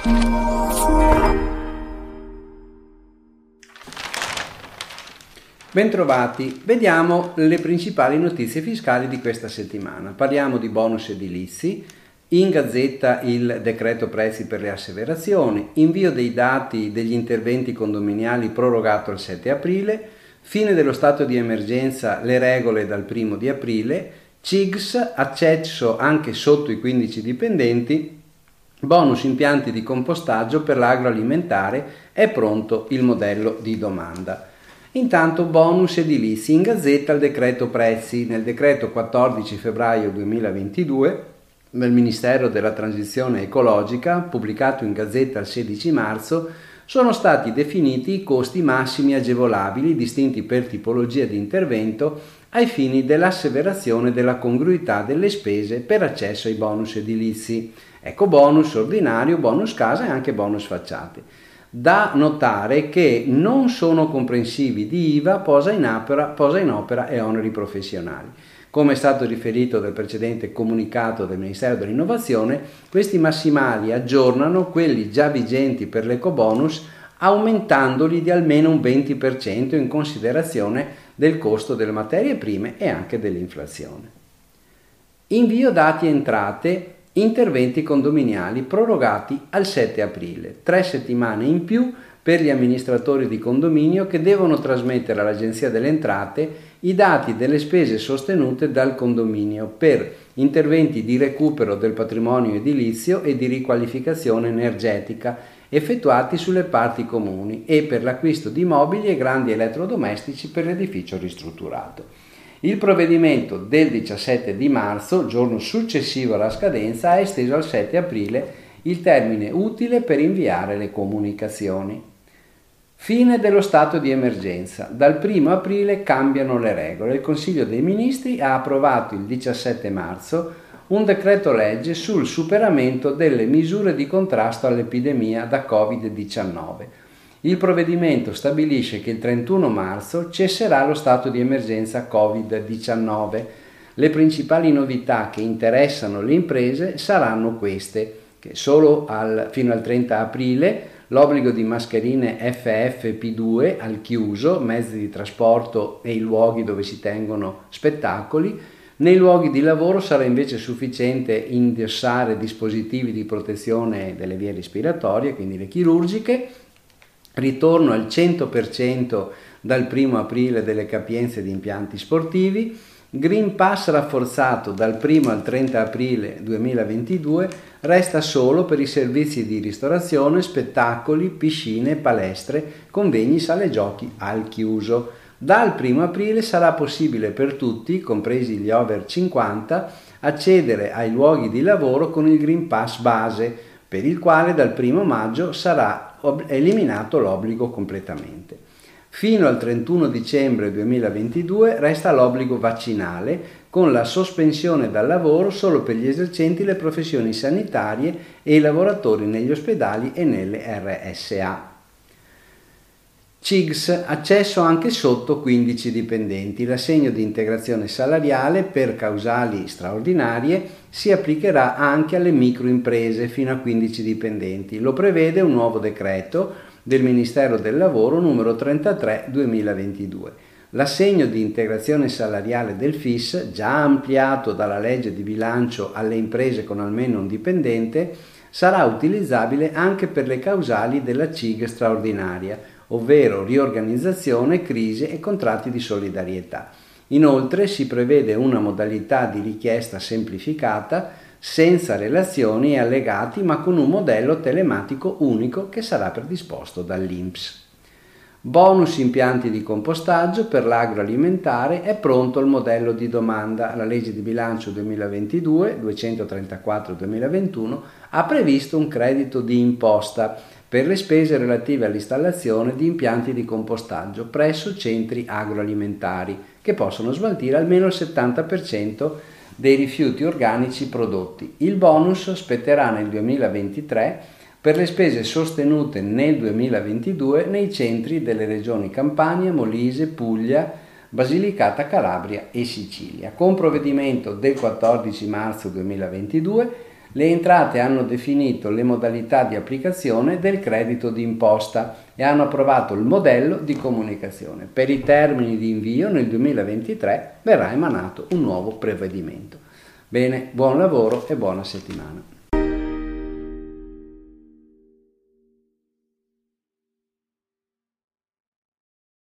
Bentrovati, vediamo le principali notizie fiscali di questa settimana. Parliamo di bonus edilizi, in Gazzetta il decreto prezzi per le asseverazioni, invio dei dati degli interventi condominiali prorogato al 7 aprile, fine dello stato di emergenza, le regole dal 1 di aprile, CIGS, accesso anche sotto i 15 dipendenti, bonus impianti di compostaggio per l'agroalimentare, è pronto il modello di domanda. Intanto bonus edilizi, in Gazzetta il decreto prezzi. Nel decreto 14 febbraio 2022 del Ministero della Transizione Ecologica, pubblicato in Gazzetta il 16 marzo, sono stati definiti i costi massimi agevolabili distinti per tipologia di intervento ai fini dell'asseverazione della congruità delle spese per accesso ai bonus edilizi. Ecco, bonus ordinario, bonus casa e anche bonus facciate. Da notare che non sono comprensivi di IVA, posa in opera e oneri professionali. Come è stato riferito dal precedente comunicato del Ministero dell'Innovazione, questi massimali aggiornano quelli già vigenti per l'ecobonus, aumentandoli di almeno un 20% in considerazione del costo delle materie prime e anche dell'inflazione. Invio dati e entrate. Interventi condominiali prorogati al 7 aprile, 3 settimane in più per gli amministratori di condominio che devono trasmettere all'Agenzia delle Entrate i dati delle spese sostenute dal condominio per interventi di recupero del patrimonio edilizio e di riqualificazione energetica effettuati sulle parti comuni e per l'acquisto di mobili e grandi elettrodomestici per l'edificio ristrutturato. Il provvedimento del 17 di marzo, giorno successivo alla scadenza, ha esteso al 7 aprile il termine utile per inviare le comunicazioni. Fine dello stato di emergenza. Dal 1 aprile cambiano le regole. Il Consiglio dei Ministri ha approvato il 17 marzo un decreto legge sul superamento delle misure di contrasto all'epidemia da Covid-19. Il provvedimento stabilisce che il 31 marzo cesserà lo stato di emergenza Covid-19. Le principali novità che interessano le imprese saranno queste, che fino al 30 aprile l'obbligo di mascherine FFP2 al chiuso, mezzi di trasporto e i luoghi dove si tengono spettacoli. Nei luoghi di lavoro sarà invece sufficiente indossare dispositivi di protezione delle vie respiratorie, quindi le chirurgiche. Ritorno al 100% dal 1 aprile delle capienze di impianti sportivi, Green Pass rafforzato dal 1 al 30 aprile 2022, resta solo per i servizi di ristorazione, spettacoli, piscine, palestre, convegni, sale giochi al chiuso. Dal 1 aprile sarà possibile per tutti, compresi gli over 50, accedere ai luoghi di lavoro con il Green Pass base, per il quale dal 1 maggio sarà eliminato l'obbligo completamente. Fino al 31 dicembre 2022 resta l'obbligo vaccinale, con la sospensione dal lavoro solo per gli esercenti le professioni sanitarie e i lavoratori negli ospedali e nelle RSA. CIGS, accesso anche sotto 15 dipendenti. L'assegno di integrazione salariale per causali straordinarie si applicherà anche alle microimprese fino a 15 dipendenti. Lo prevede un nuovo decreto del Ministero del Lavoro numero 33 2022. L'assegno di integrazione salariale del FIS, già ampliato dalla legge di bilancio alle imprese con almeno un dipendente, sarà utilizzabile anche per le causali della CIG straordinaria, ovvero riorganizzazione, crisi e contratti di solidarietà. Inoltre si prevede una modalità di richiesta semplificata, senza relazioni e allegati, ma con un modello telematico unico che sarà predisposto dall'INPS. Bonus impianti di compostaggio per l'agroalimentare, è pronto il modello di domanda. La legge di bilancio 2022, 234-2021, ha previsto un credito di imposta per le spese relative all'installazione di impianti di compostaggio presso centri agroalimentari che possono smaltire almeno il 70% dei rifiuti organici prodotti. Il bonus spetterà nel 2023 per le spese sostenute nel 2022 nei centri delle regioni Campania, Molise, Puglia, Basilicata, Calabria e Sicilia. Con provvedimento del 14 marzo 2022, Le entrate hanno definito le modalità di applicazione del credito d'imposta e hanno approvato il modello di comunicazione. Per i termini di invio nel 2023 verrà emanato un nuovo provvedimento. Bene, buon lavoro e buona settimana.